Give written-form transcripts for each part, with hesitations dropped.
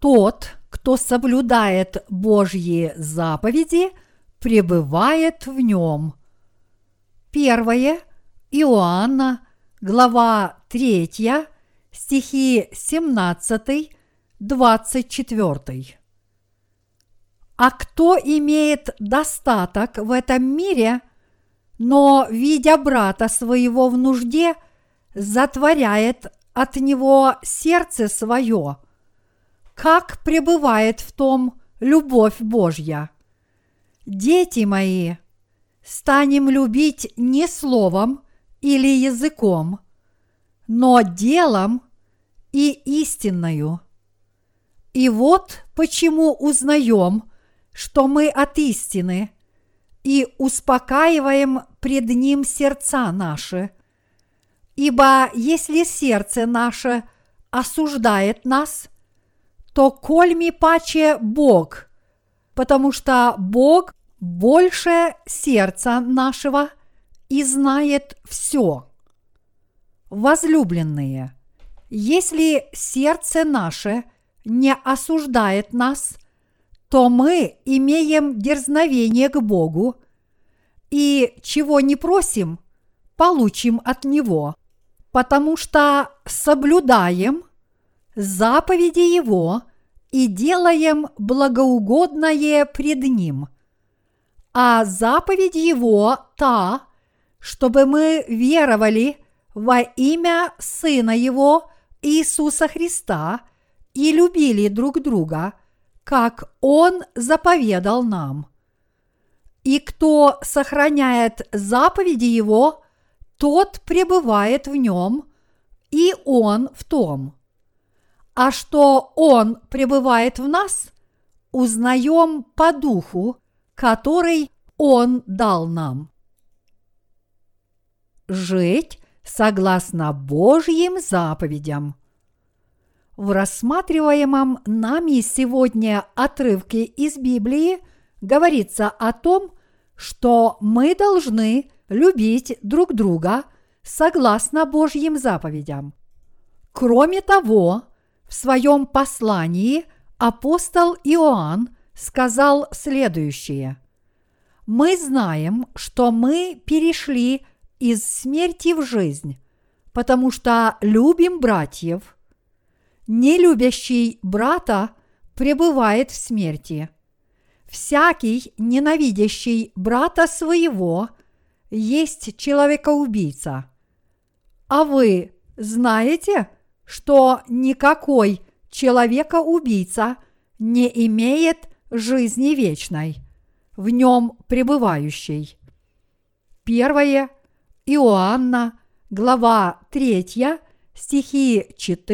Тот, кто соблюдает Божьи заповеди, пребывает в нем. 1 Иоанна, глава 3, стихи 17-24. А кто имеет достаток в этом мире, но, видя брата своего в нужде, затворяет от него сердце свое, как пребывает в том любовь Божья? Дети мои, станем любить не словом или языком, но делом и истинною. И вот почему узнаем, что мы от истины, и успокаиваем пред Ним сердца наши. Ибо если сердце наше осуждает нас, то кольми паче Бог, потому что Бог больше сердца нашего и знает все. Возлюбленные, если сердце наше не осуждает нас, то мы имеем дерзновение к Богу, и чего не просим, получим от Него, потому что соблюдаем заповеди Его и делаем благоугодное пред Ним. А заповедь Его та, чтобы мы веровали во имя Сына Его Иисуса Христа и любили друг друга, как Он заповедал нам. И кто сохраняет заповеди Его, тот пребывает в Нем, и Он в том. А что Он пребывает в нас, узнаем по Духу, который Он дал нам. Жить согласно Божьим заповедям. В рассматриваемом нами сегодня отрывке из Библии говорится о том, что мы должны любить друг друга согласно Божьим заповедям. Кроме того, в своем послании апостол Иоанн сказал следующее: «Мы знаем, что мы перешли из смерти в жизнь, потому что любим братьев. Нелюбящий брата пребывает в смерти. Всякий, ненавидящий брата своего, есть человекоубийца. А вы знаете, что никакой человекоубийца не имеет жизни вечной, в нем пребывающей». 1 Иоанна, глава 3, стихи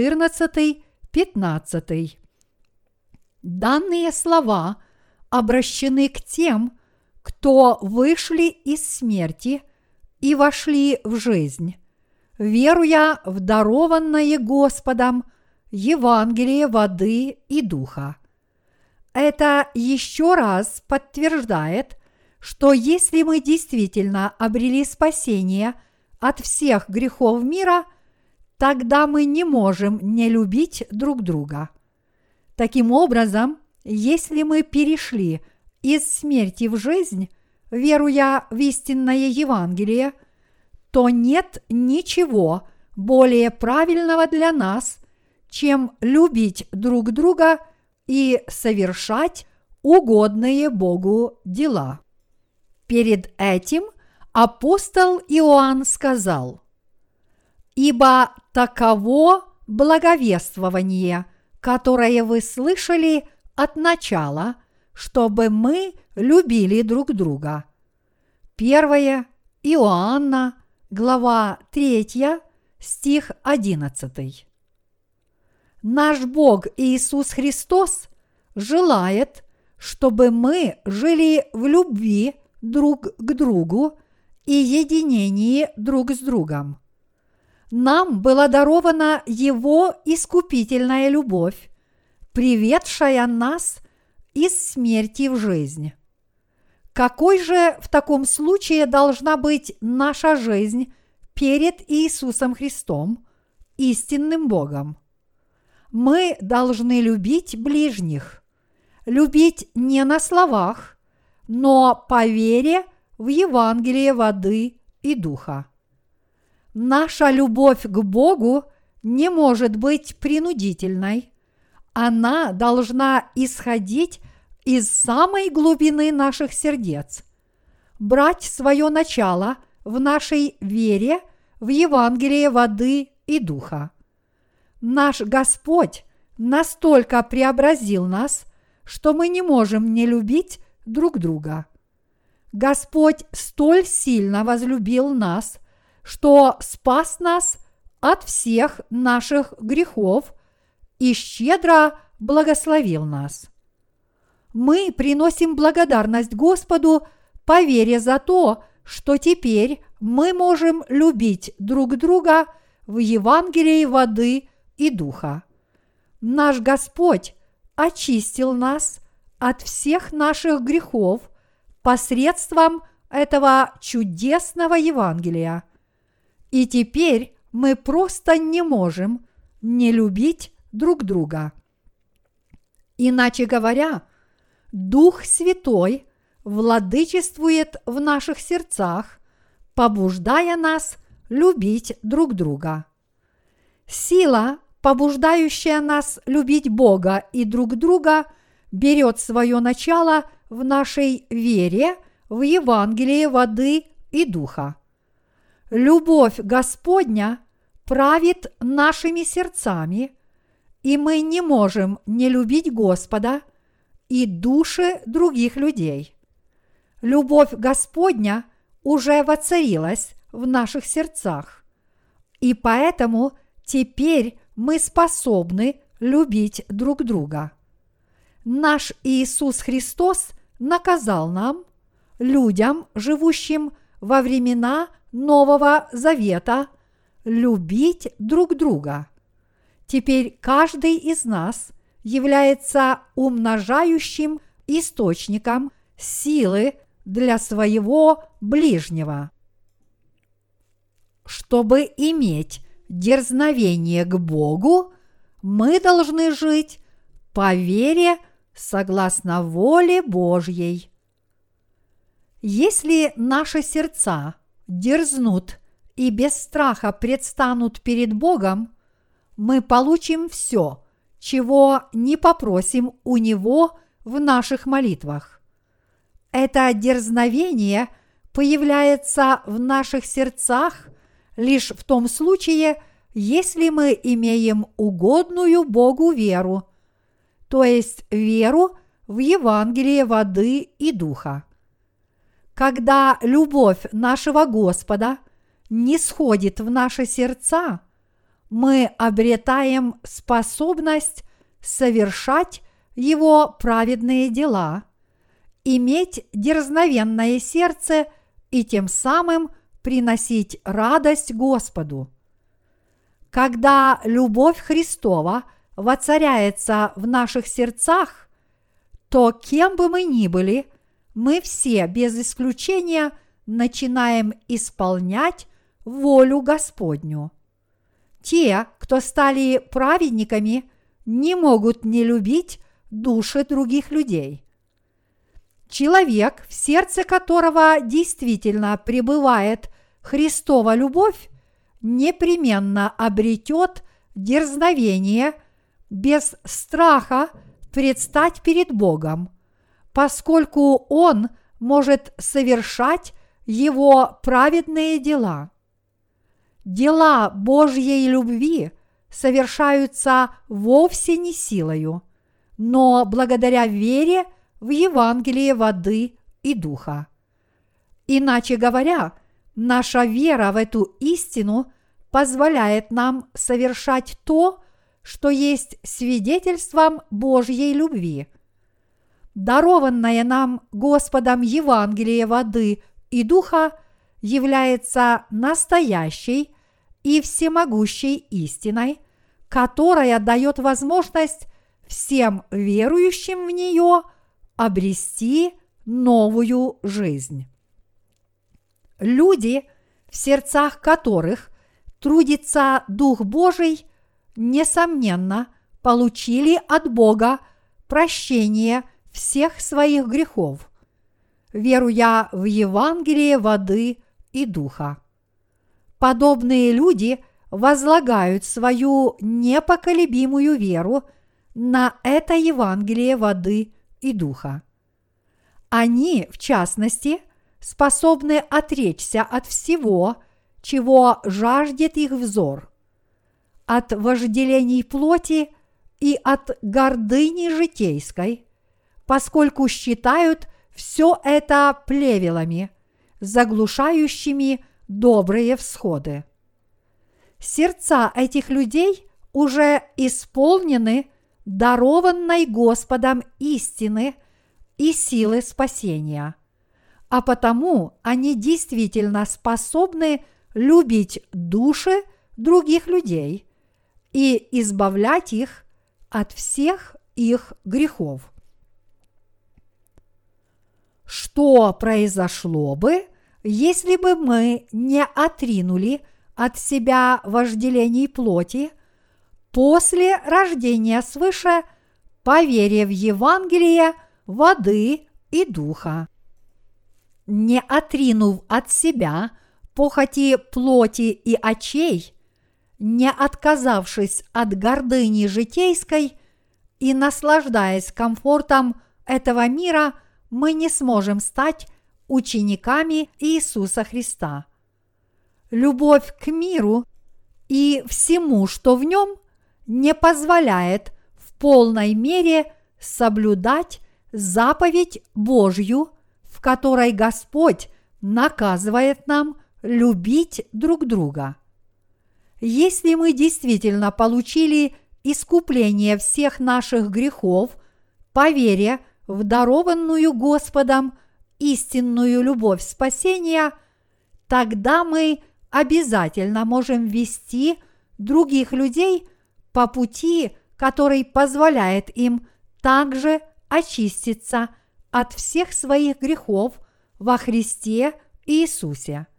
14-15. Данные слова обращены к тем, кто вышли из смерти и вошли в жизнь, веруя в дарованное Господом Евангелие воды и духа. Это еще раз подтверждает, что если мы действительно обрели спасение от всех грехов мира, тогда мы не можем не любить друг друга. Таким образом, если мы перешли из смерти в жизнь, веруя в истинное Евангелие, то нет ничего более правильного для нас, чем любить друг друга и совершать угодные Богу дела. Перед этим апостол Иоанн сказал: «Ибо таково благовествование, которое вы слышали от начала, чтобы мы любили друг друга». 1 Иоанна, глава 3, стих 11. Наш Бог Иисус Христос желает, чтобы мы жили в любви друг к другу и единении друг с другом. Нам была дарована Его искупительная любовь, приведшая нас из смерти в жизнь. Какой же в таком случае должна быть наша жизнь перед Иисусом Христом, истинным Богом? мы должны любить ближних, любить не на словах, но по вере в Евангелие воды и духа. Наша любовь к Богу не может быть принудительной, она должна исходить из самой глубины наших сердец, брать свое начало в нашей вере в Евангелие воды и духа. Наш Господь настолько преобразил нас, что мы не можем не любить друг друга. Господь столь сильно возлюбил нас, что спас нас от всех наших грехов и щедро благословил нас. Мы приносим благодарность Господу по вере за то, что теперь мы можем любить друг друга в Евангелии воды и духа. Наш Господь очистил нас от всех наших грехов посредством этого чудесного Евангелия. И теперь мы просто не можем не любить друг друга. Иначе говоря, Дух Святой владычествует в наших сердцах, побуждая нас любить друг друга. Сила, побуждающая нас любить Бога и друг друга, берет свое начало в нашей вере в Евангелие воды и духа. Любовь Господня правит нашими сердцами, и мы не можем не любить Господа и души других людей. Любовь Господня уже воцарилась в наших сердцах, и поэтому теперь мы способны любить друг друга. Наш Иисус Христос наказал нам, людям, живущим во времена Нового Завета, любить друг друга. Теперь каждый из нас является умножающим источником силы для своего ближнего. Чтобы иметь дерзновение к Богу, мы должны жить по вере согласно воле Божьей. Если наши сердца дерзнут и без страха предстанут перед Богом, мы получим все, чего не попросим у Него в наших молитвах. Это дерзновение появляется в наших сердцах лишь в том случае, если мы имеем угодную Богу веру, то есть веру в Евангелие воды и духа. Когда любовь нашего Господа не сходит в наши сердца, мы обретаем способность совершать Его праведные дела, иметь дерзновенное сердце и тем самым приносить радость Господу. Когда любовь Христова воцаряется в наших сердцах, то кем бы мы ни были, мы все без исключения начинаем исполнять волю Господню. Те, кто стали праведниками, не могут не любить души других людей. Человек, в сердце которого действительно пребывает Христова любовь, непременно обретет дерзновение без страха предстать перед Богом, поскольку он может совершать Его праведные дела. Дела Божьей любви совершаются вовсе не силою, но благодаря вере в Евангелие воды и духа. Иначе говоря, наша вера в эту истину позволяет нам совершать то, что есть свидетельством Божьей любви. Дарованное нам Господом Евангелие воды и духа является настоящей и всемогущей истиной, которая дает возможность всем верующим в нее обрести новую жизнь. Люди, в сердцах которых трудится Дух Божий, несомненно, получили от Бога прощение всех своих грехов, веруя в Евангелие воды и духа. Подобные люди возлагают свою непоколебимую веру на это Евангелие воды и духа. Они, в частности, способны отречься от всего, чего жаждет их взор, от вожделений плоти и от гордыни житейской, поскольку считают все это плевелами, заглушающими добрые всходы. Сердца этих людей уже исполнены дарованной Господом истины и силы спасения, а потому они действительно способны любить души других людей и избавлять их от всех их грехов. Что произошло бы, если бы мы не отринули от себя вожделений плоти после рождения свыше по вере в Евангелие воды и духа? Не отринув от себя похоти плоти и очей, не отказавшись от гордыни житейской и наслаждаясь комфортом этого мира, мы не сможем стать учениками Иисуса Христа. Любовь к миру и всему, что в нем, не позволяет в полной мере соблюдать заповедь Божью, в которой Господь наказывает нам любить друг друга. Если мы действительно получили искупление всех наших грехов по вере в дарованную Господом истинную любовь спасения, тогда мы обязательно можем вести других людей по пути, который позволяет им также очиститься от всех своих грехов во Христе Иисусе.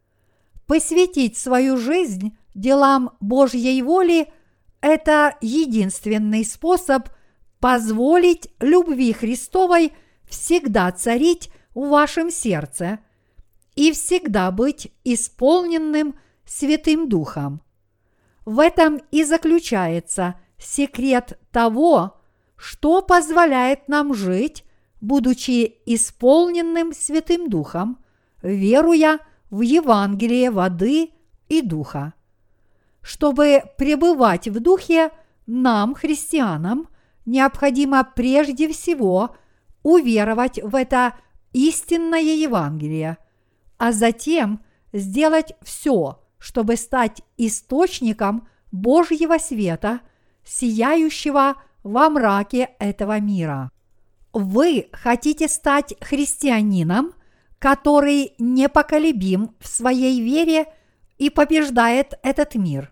Посвятить свою жизнь делам Божьей воли – это единственный способ позволить любви Христовой всегда царить в вашем сердце и всегда быть исполненным Святым Духом. В этом и заключается секрет того, что позволяет нам жить, будучи исполненным Святым Духом, веруя в Евангелие воды и духа. Чтобы пребывать в Духе, нам, христианам, необходимо прежде всего уверовать в это истинное Евангелие, а затем сделать все, чтобы стать источником Божьего света, сияющего во мраке этого мира. Вы хотите стать христианином, который непоколебим в своей вере и побеждает этот мир?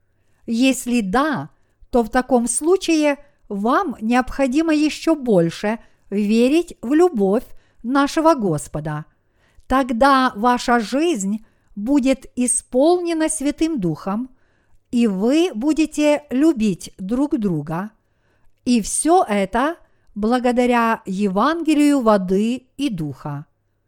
Если да, то в таком случае вам необходимо еще больше верить в любовь нашего Господа. Тогда ваша жизнь будет исполнена Святым Духом, и вы будете любить друг друга. И все это благодаря Евангелию воды и духа.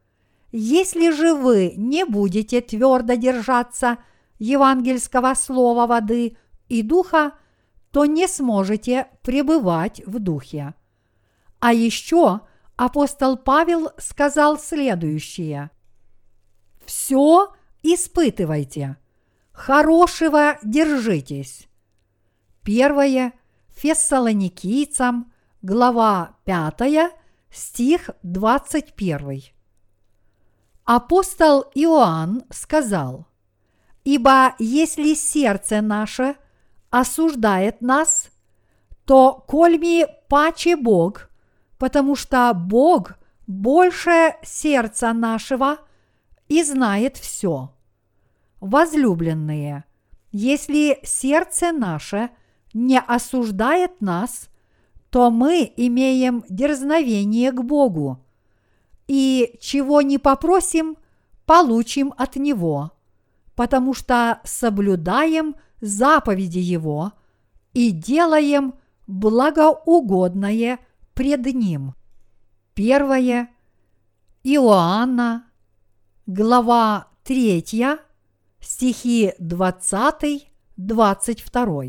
Если же вы не будете твердо держаться евангельского слова воды и духа, то не сможете пребывать в духе. А еще апостол Павел сказал следующее: «Все испытывайте, хорошего держитесь». 1 Фессалоникийцам, глава 5, стих 21. Апостол Иоанн сказал: «Ибо если сердце наше осуждает нас, то кольми паче Бог, потому что Бог больше сердца нашего и знает все. Возлюбленные, если сердце наше не осуждает нас, то мы имеем дерзновение к Богу, и чего не попросим, получим от Него, потому что соблюдаем заповеди Его и делаем благоугодное пред Ним. 1 Иоанна, глава 3, стихи 20-22.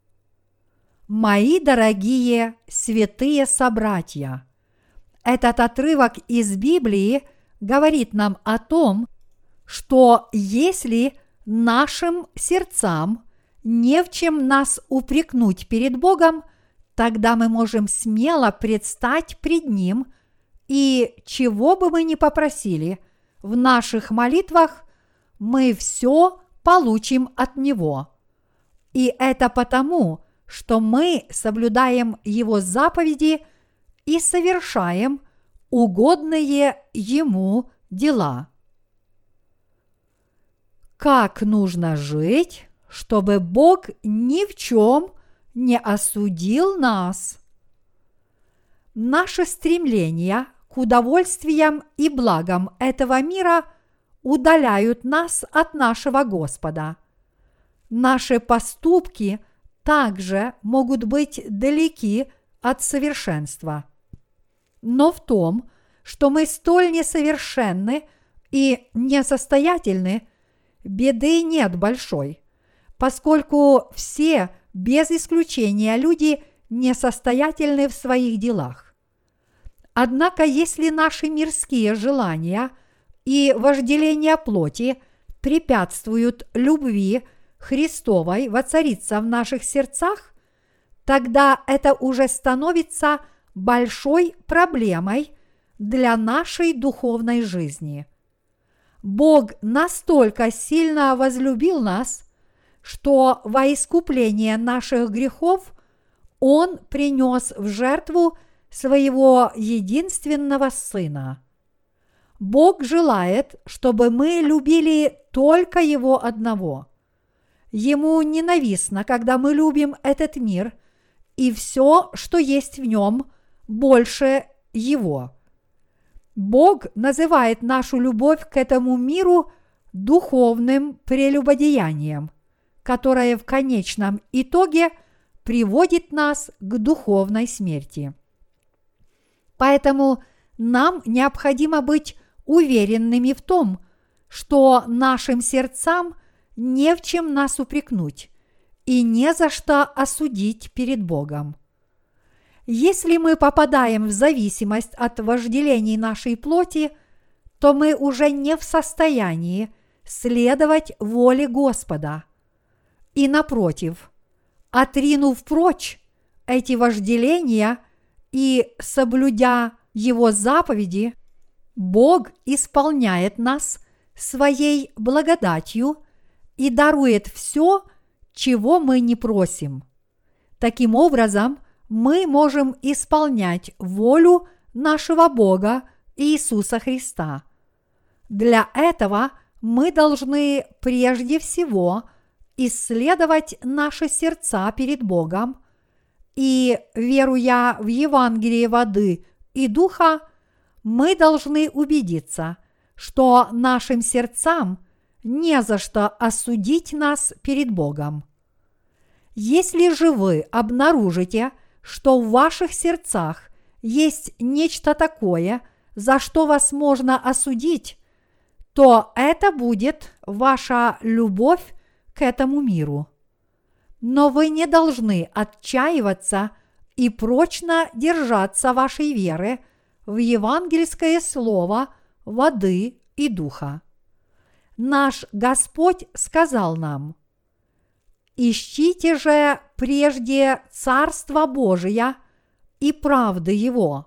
Мои дорогие святые собратья, этот отрывок из Библии говорит нам о том, что если нашим сердцам не в чем нас упрекнуть перед Богом, тогда мы можем смело предстать пред Ним, и чего бы мы ни попросили в наших молитвах, мы все получим от Него. И это потому, что мы соблюдаем Его заповеди и совершаем угодные Ему дела. Как нужно жить, чтобы Бог ни в чем не осудил нас? Наши стремления к удовольствиям и благам этого мира удаляют нас от нашего Господа. Наши поступки также могут быть далеки от совершенства. Но в том, что мы столь несовершенны и несостоятельны, беды нет большой, поскольку все, без исключения, люди несостоятельны в своих делах. Однако, если наши мирские желания и вожделения плоти препятствуют любви Христовой воцариться в наших сердцах, тогда это уже становится большой проблемой для нашей духовной жизни. Бог настолько сильно возлюбил нас, что во искупление наших грехов Он принес в жертву Своего единственного Сына. Бог желает, чтобы мы любили только Его одного. Ему ненавистно, когда мы любим этот мир и все, что есть в нем, больше Его. Бог называет нашу любовь к этому миру духовным прелюбодеянием, которое в конечном итоге приводит нас к духовной смерти. Поэтому нам необходимо быть уверенными в том, что нашим сердцам не в чем нас упрекнуть и не за что осудить перед Богом. Если мы попадаем в зависимость от вожделений нашей плоти, то мы уже не в состоянии следовать воле Господа. И напротив, отринув прочь эти вожделения и соблюдя Его заповеди, Бог исполняет нас Своей благодатью и дарует все, чего мы не просим. Таким образом, мы можем исполнять волю нашего Бога Иисуса Христа. Для этого мы должны прежде всего исследовать наши сердца перед Богом и, веруя в Евангелие воды и духа, мы должны убедиться, что нашим сердцам не за что осудить нас перед Богом. Если же вы обнаружите, что в ваших сердцах есть нечто такое, за что вас можно осудить, то это будет ваша любовь к этому миру. Но вы не должны отчаиваться и прочно держаться вашей веры в евангельское слово воды и духа. Наш Господь сказал нам: «Ищите же прежде Царство Божие и правды Его».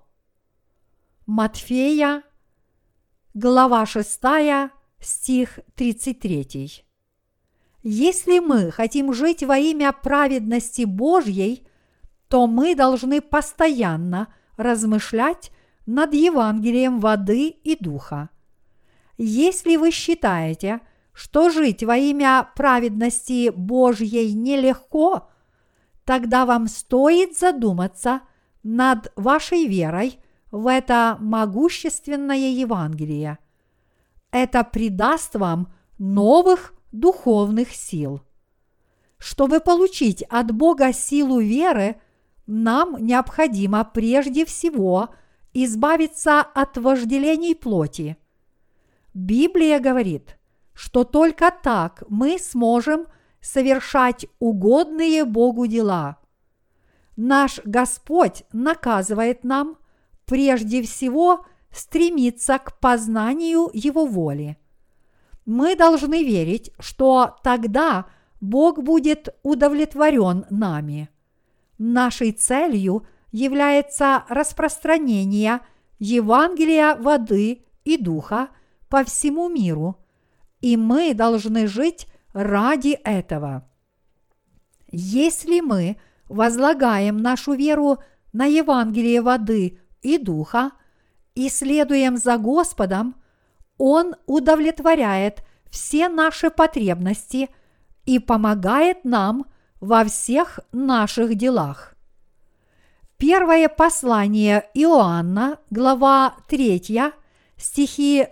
Матфея, глава 6, стих 33. Если мы хотим жить во имя праведности Божьей, то мы должны постоянно размышлять над Евангелием воды и духа. Если вы считаете, что жить во имя праведности Божьей нелегко, тогда вам стоит задуматься над вашей верой в это могущественное Евангелие. Это придаст вам новых духовных сил. Чтобы получить от Бога силу веры, нам необходимо прежде всего избавиться от вожделений плоти. Библия говорит, что только так мы сможем совершать угодные Богу дела. Наш Господь наказывает нам прежде всего стремиться к познанию Его воли. Мы должны верить, что тогда Бог будет удовлетворен нами. Нашей целью является распространение Евангелия воды и духа по всему миру, и мы должны жить ради этого. Если мы возлагаем нашу веру на Евангелие воды и духа и следуем за Господом, Он удовлетворяет все наши потребности и помогает нам во всех наших делах. Первое послание Иоанна, глава 3, стихи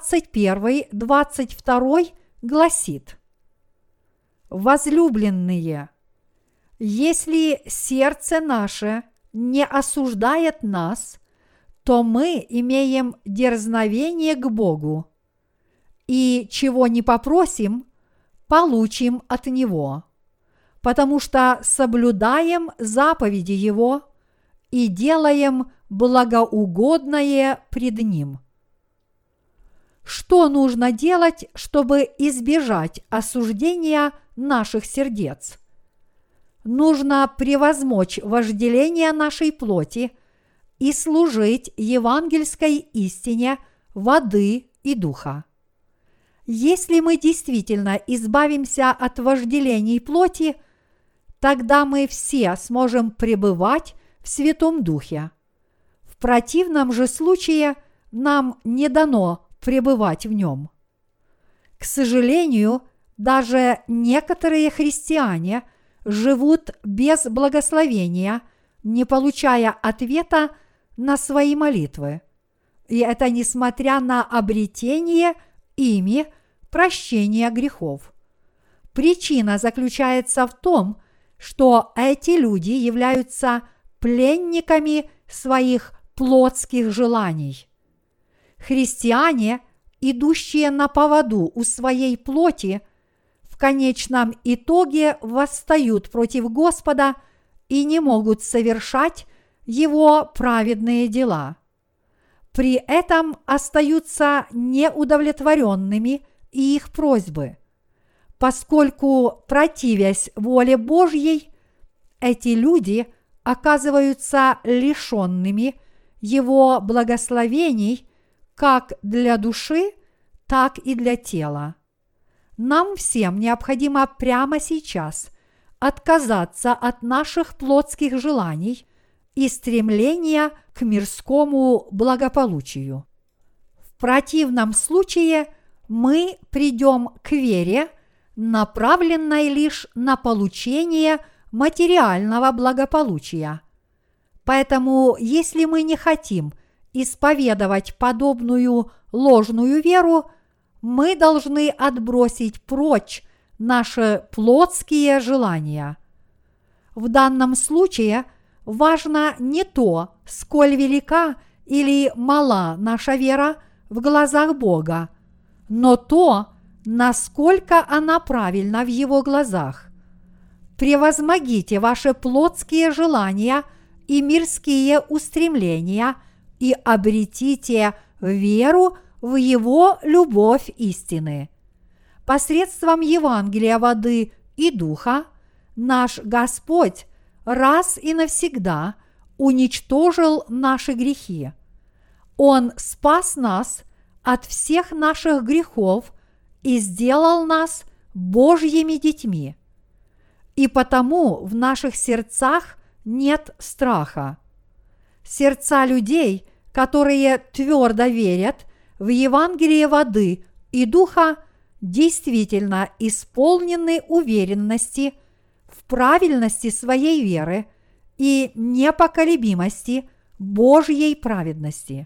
21-22 гласит: «Возлюбленные, если сердце наше не осуждает нас, то мы имеем дерзновение к Богу, и чего не попросим, получим от Него, потому что соблюдаем заповеди Его и делаем благоугодное пред Ним». Что нужно делать, чтобы избежать осуждения наших сердец? Нужно превозмочь вожделение нашей плоти и служить евангельской истине воды и духа. Если мы действительно избавимся от вожделений плоти, тогда мы все сможем пребывать в Святом Духе. В противном же случае нам не дано пребывать в нем. К сожалению, даже некоторые христиане живут без благословения, не получая ответа на свои молитвы. И это несмотря на обретение ими прощения грехов. Причина заключается в том, что эти люди являются пленниками своих плотских желаний. Христиане, идущие на поводу у своей плоти, в конечном итоге восстают против Господа и не могут совершать Его праведные дела. При этом остаются неудовлетворенными и их просьбы. Поскольку, противясь воле Божьей, эти люди оказываются лишенными Его благословений как для души, так и для тела. Нам всем необходимо прямо сейчас отказаться от наших плотских желаний и стремления к мирскому благополучию. В противном случае мы придем к вере, направленной лишь на получение материального благополучия. Поэтому, если мы не хотим исповедовать подобную ложную веру, мы должны отбросить прочь наши плотские желания. В данном случае важно не то, сколь велика или мала наша вера в глазах Бога, но то, насколько она правильна в Его глазах. Превозмогите ваши плотские желания и мирские устремления и обретите веру в Его любовь истины. Посредством Евангелия воды и духа наш Господь раз и навсегда уничтожил наши грехи. Он спас нас от всех наших грехов и сделал нас Божьими детьми. И потому в наших сердцах нет страха. Сердца людей, которые твердо верят в Евангелие воды и духа, действительно исполнены уверенности в правильности своей веры и непоколебимости Божьей праведности.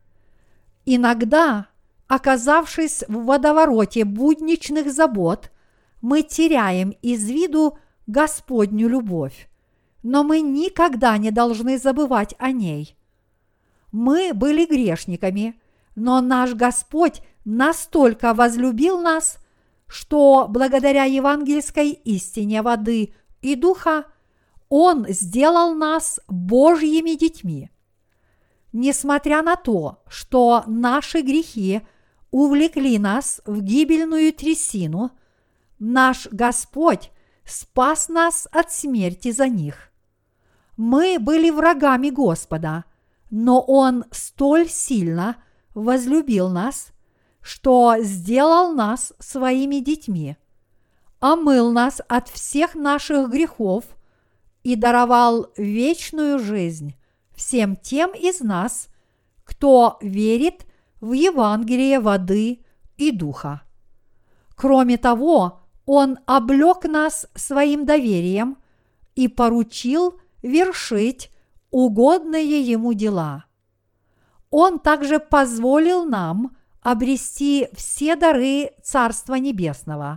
Иногда, оказавшись в водовороте будничных забот, мы теряем из виду Господню любовь. но мы никогда не должны забывать о ней. Мы были грешниками, но наш Господь настолько возлюбил нас, что благодаря евангельской истине воды и духа Он сделал нас Божьими детьми. Несмотря на то, что наши грехи увлекли нас в гибельную трясину, наш Господь спас нас от смерти за них. Мы были врагами Господа, но Он столь сильно возлюбил нас, что сделал нас своими детьми, омыл нас от всех наших грехов и даровал вечную жизнь всем тем из нас, кто верит в Евангелие воды и духа. Кроме того, Он облек нас своим доверием и поручил вершить угодные Ему дела. Он также позволил нам обрести все дары Царства Небесного.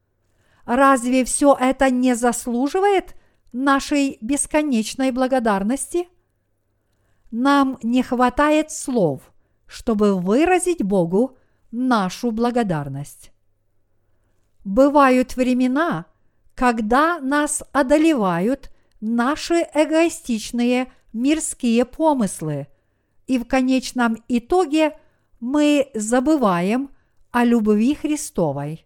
Разве все это не заслуживает нашей бесконечной благодарности? Нам не хватает слов, чтобы выразить Богу нашу благодарность. Бывают времена, когда нас одолевают наши эгоистичные мирские помыслы, и в конечном итоге мы забываем о любви Христовой.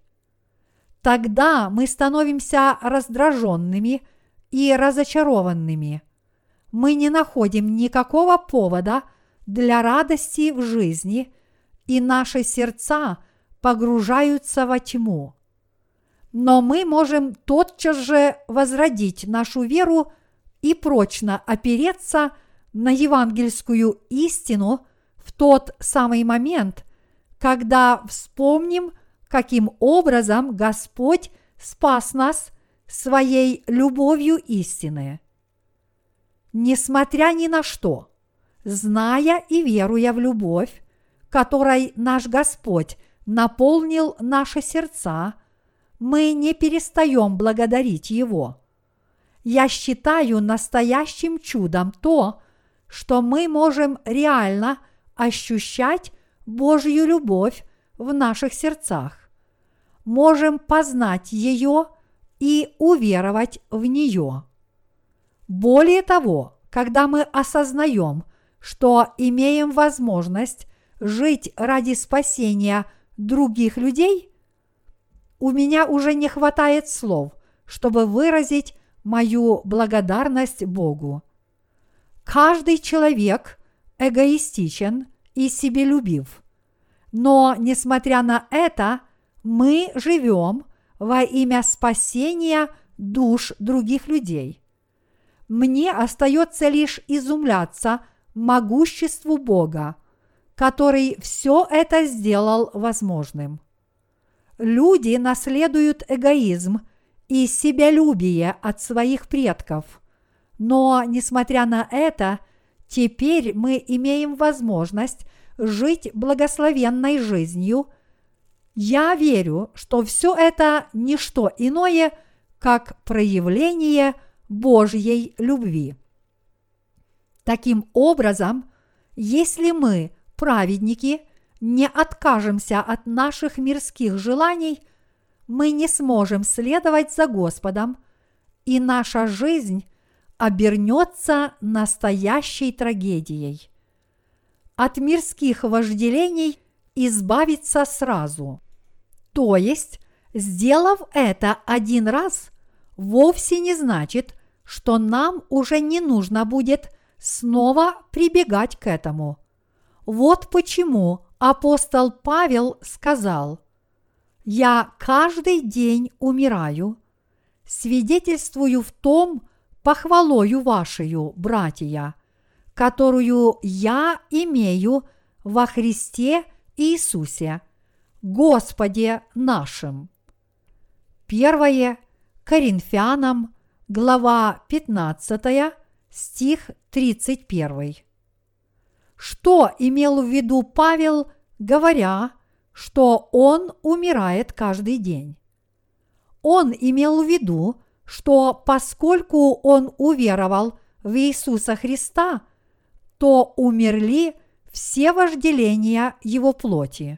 Тогда мы становимся раздраженными и разочарованными. Мы не находим никакого повода для радости в жизни, и наши сердца погружаются во тьму. Но мы можем тотчас же возродить нашу веру и прочно опереться на евангельскую истину в тот самый момент, когда вспомним, каким образом Господь спас нас своей любовью истины. Несмотря ни на что, зная и веруя в любовь, которой наш Господь наполнил наши сердца, мы не перестаем благодарить Его. Я считаю настоящим чудом то, что мы можем реально ощущать Божью любовь в наших сердцах, можем познать ее и уверовать в нее. Более того, когда мы осознаем, что имеем возможность жить ради спасения других людей, у меня уже не хватает слов, чтобы выразить мою благодарность Богу. Каждый человек эгоистичен и себелюбив, но, несмотря на это, мы живем во имя спасения душ других людей. Мне остается лишь изумляться могуществу Бога, который все это сделал возможным. Люди наследуют эгоизм и себялюбие от своих предков, но, несмотря на это, теперь мы имеем возможность жить благословенной жизнью. Я верю, что все это не что иное, как проявление Божьей любви. Таким образом, если мы, праведники, не откажемся от наших мирских желаний, мы не сможем следовать за Господом, и наша жизнь обернется настоящей трагедией. От мирских вожделений избавиться сразу. То есть, сделав это один раз, вовсе не значит, что нам уже не нужно будет снова прибегать к этому. Вот почему апостол Павел сказал: «Я каждый день умираю, свидетельствую в том похвалою вашею, братья, которую я имею во Христе Иисусе, Господе нашим». 1 Коринфянам, глава 15, стих 31. Что имел в виду Павел, говоря, что он умирает каждый день? Он имел в виду, что поскольку он уверовал в Иисуса Христа, то умерли все вожделения его плоти.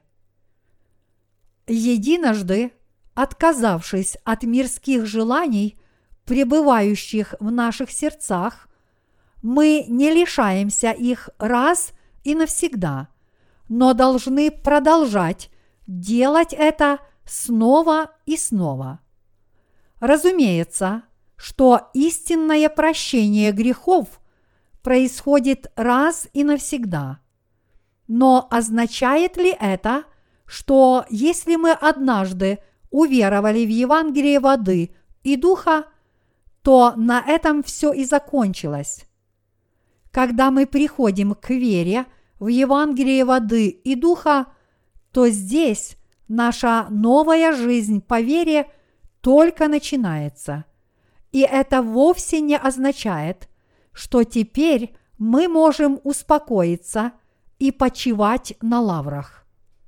Единожды, отказавшись от мирских желаний, пребывающих в наших сердцах, мы не лишаемся их раз и навсегда, но должны продолжать делать это снова и снова. Разумеется, что истинное прощение грехов происходит раз и навсегда. Но означает ли это, что если мы однажды уверовали в Евангелие воды и духа, то на этом все и закончилось? Когда мы приходим к вере в Евангелие воды и духа, то здесь наша новая жизнь по вере только начинается. И это вовсе не означает, что теперь мы можем успокоиться и почивать на лаврах.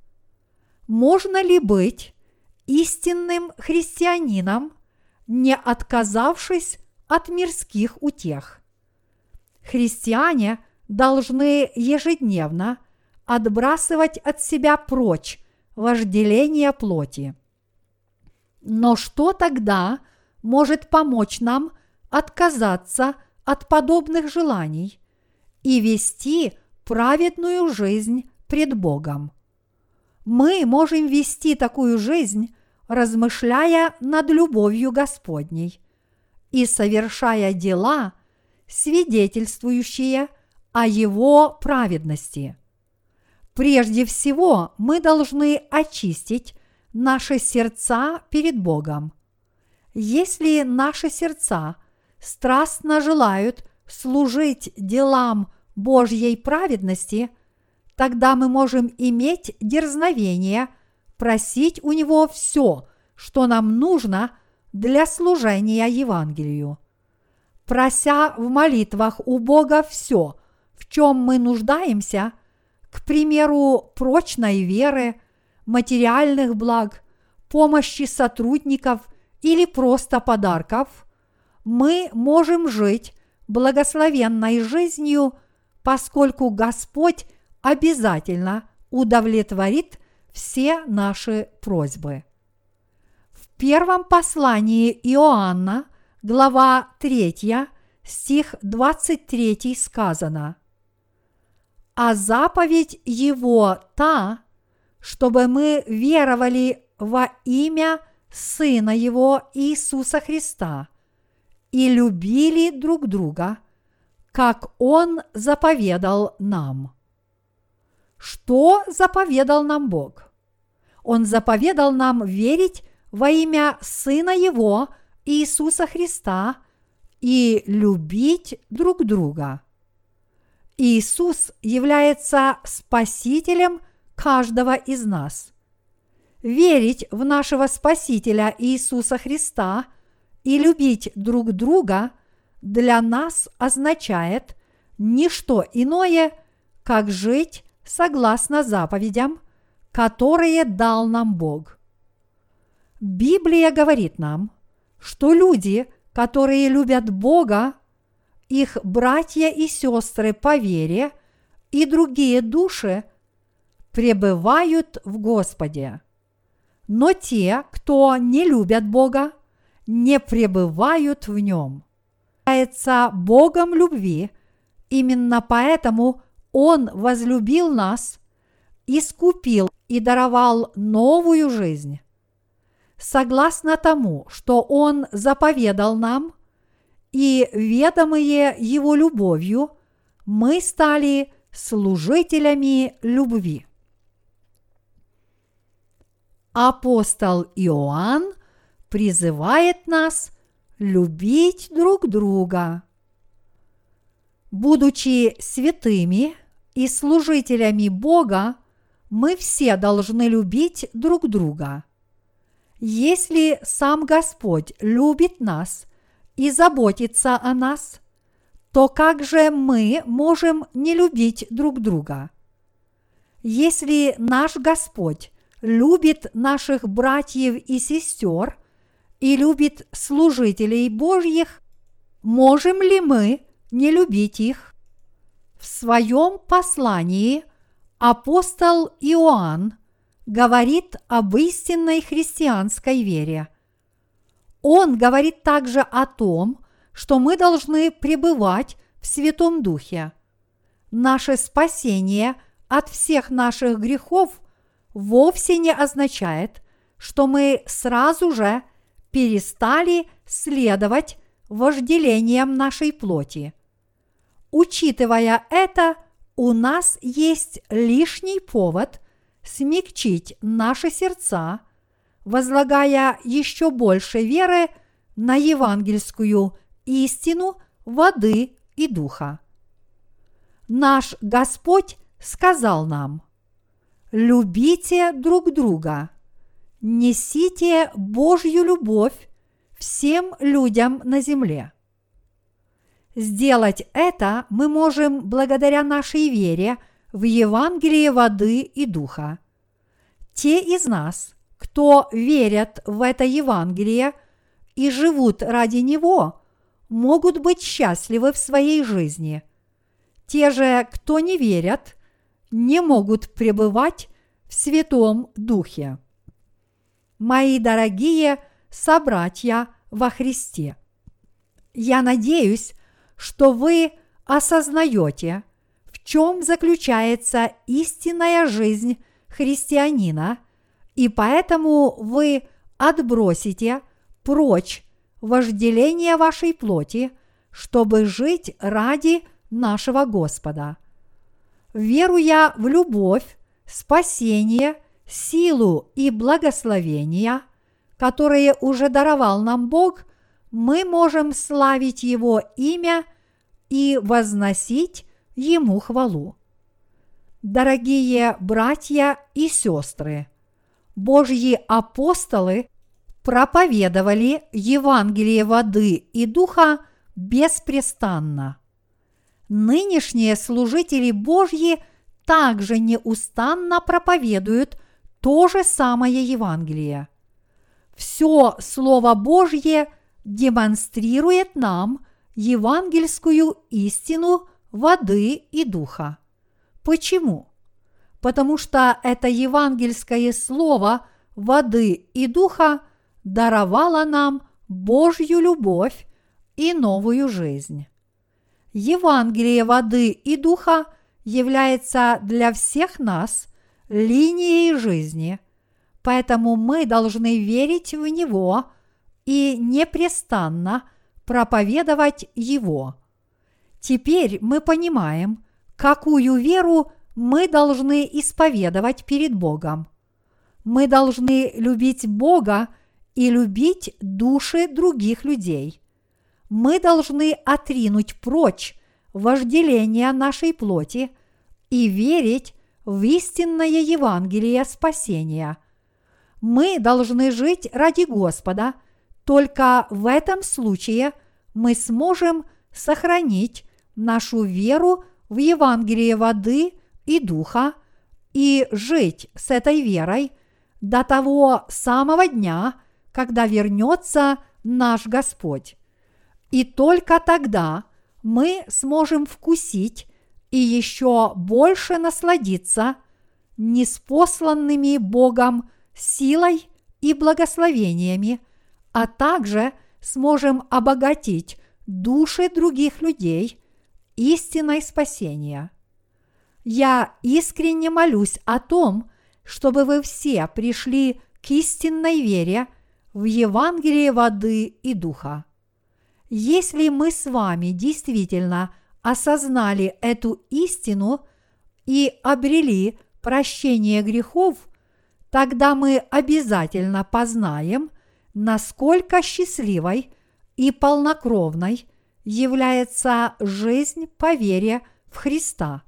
Можно ли быть истинным христианином, не отказавшись от мирских утех? Христиане должны ежедневно отбрасывать от себя прочь вожделение плоти. Но что тогда может помочь нам отказаться от подобных желаний и вести праведную жизнь пред Богом? Мы можем вести такую жизнь, размышляя над любовью Господней и совершая дела, свидетельствующие о Его праведности. Прежде всего, мы должны очистить наши сердца перед Богом. Если наши сердца страстно желают служить делам Божьей праведности, тогда мы можем иметь дерзновение просить у Него все, что нам нужно для служения Евангелию. Прося в молитвах у Бога все, в чем мы нуждаемся, к примеру, прочной веры, материальных благ, помощи сотрудников или просто подарков, мы можем жить благословенной жизнью, поскольку Господь обязательно удовлетворит все наши просьбы. В первом послании Иоанна, глава 3, стих 23 сказано: «А заповедь Его та, чтобы мы веровали во имя Сына Его Иисуса Христа и любили друг друга, как Он заповедал нам». Что заповедал нам Бог? Он заповедал нам верить во имя Сына Его Иисуса Христа и любить друг друга. Иисус является Спасителем каждого из нас. Верить в нашего Спасителя Иисуса Христа и любить друг друга для нас означает не что иное, как жить согласно заповедям, которые дал нам Бог. Библия говорит нам, что люди, которые любят Бога, их братья и сестры по вере и другие души пребывают в Господе. Но те, кто не любят Бога, не пребывают в Нем. Является Богом любви, именно поэтому Он возлюбил нас, искупил и даровал новую жизнь. Согласно тому, что Он заповедал нам, и ведомые Его любовью, мы стали служителями любви. Апостол Иоанн призывает нас любить друг друга. Будучи святыми и служителями Бога, мы все должны любить друг друга. Если сам Господь любит нас и заботится о нас, то как же мы можем не любить друг друга? Если наш Господь любит наших братьев и сестер и любит служителей Божьих, можем ли мы не любить их? В своем послании апостол Иоанн говорит об истинной христианской вере. Он говорит также о том, что мы должны пребывать в Святом Духе. Наше спасение от всех наших грехов вовсе не означает, что мы сразу же перестали следовать вожделениям нашей плоти. Учитывая это, у нас есть лишний повод смягчить наши сердца, возлагая еще больше веры на евангельскую истину воды и духа. Наш Господь сказал нам: «Любите друг друга, несите Божью любовь всем людям на земле». Сделать это мы можем благодаря нашей вере в Евангелие воды и духа. Те из нас, кто верят в это Евангелие и живут ради него, могут быть счастливы в своей жизни. Те же, кто не верят, не могут пребывать в Святом Духе. Мои дорогие собратья во Христе, я надеюсь, что вы осознаете, в чем заключается истинная жизнь христианина, и поэтому вы отбросите прочь вожделение вашей плоти, чтобы жить ради нашего Господа. Веруя в любовь, спасение, силу и благословения, которые уже даровал нам Бог, мы можем славить Его имя и возносить Ему хвалу. Дорогие братья и сестры, Божьи апостолы проповедовали Евангелие воды и духа беспрестанно. Нынешние служители Божьи также неустанно проповедуют то же самое Евангелие. Все Слово Божье демонстрирует нам евангельскую истину воды и духа. Почему? Потому что это евангельское слово воды и духа даровало нам Божью любовь и новую жизнь. Евангелие воды и духа является для всех нас линией жизни, поэтому мы должны верить в него и непрестанно проповедовать его. Теперь мы понимаем, какую веру мы должны исповедовать перед Богом. Мы должны любить Бога и любить души других людей. Мы должны отринуть прочь вожделение нашей плоти и верить в истинное Евангелие спасения. Мы должны жить ради Господа. Только в этом случае мы сможем сохранить нашу веру в Евангелие воды и духа и жить с этой верой до того самого дня, когда вернется наш Господь. И только тогда мы сможем вкусить и еще больше насладиться ниспосланными Богом силой и благословениями, а также сможем обогатить души других людей истиной спасения. Я искренне молюсь о том, чтобы вы все пришли к истинной вере в Евангелие воды и духа. Если мы с вами действительно осознали эту истину и обрели прощение грехов, тогда мы обязательно познаем, насколько счастливой и полнокровной является жизнь по вере в Христа.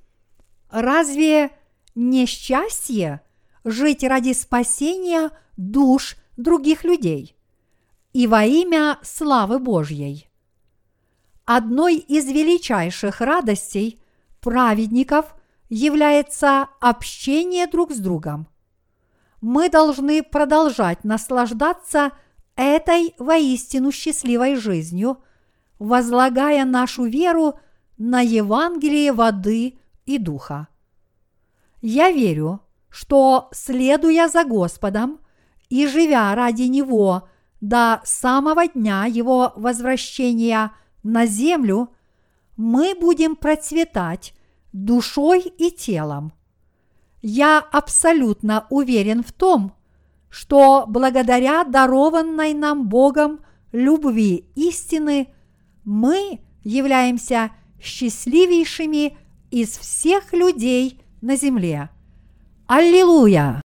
Разве не счастье жить ради спасения душ других людей и во имя славы Божьей? Одной из величайших радостей праведников является общение друг с другом. Мы должны продолжать наслаждаться этой воистину счастливой жизнью, возлагая нашу веру на Евангелие воды и духа. Я верю, что, следуя за Господом и живя ради Него до самого дня Его возвращения на землю, мы будем процветать душой и телом. Я абсолютно уверен в том, что благодаря дарованной нам Богом любви истины мы являемся счастливейшими из всех людей на земле. Аллилуйя!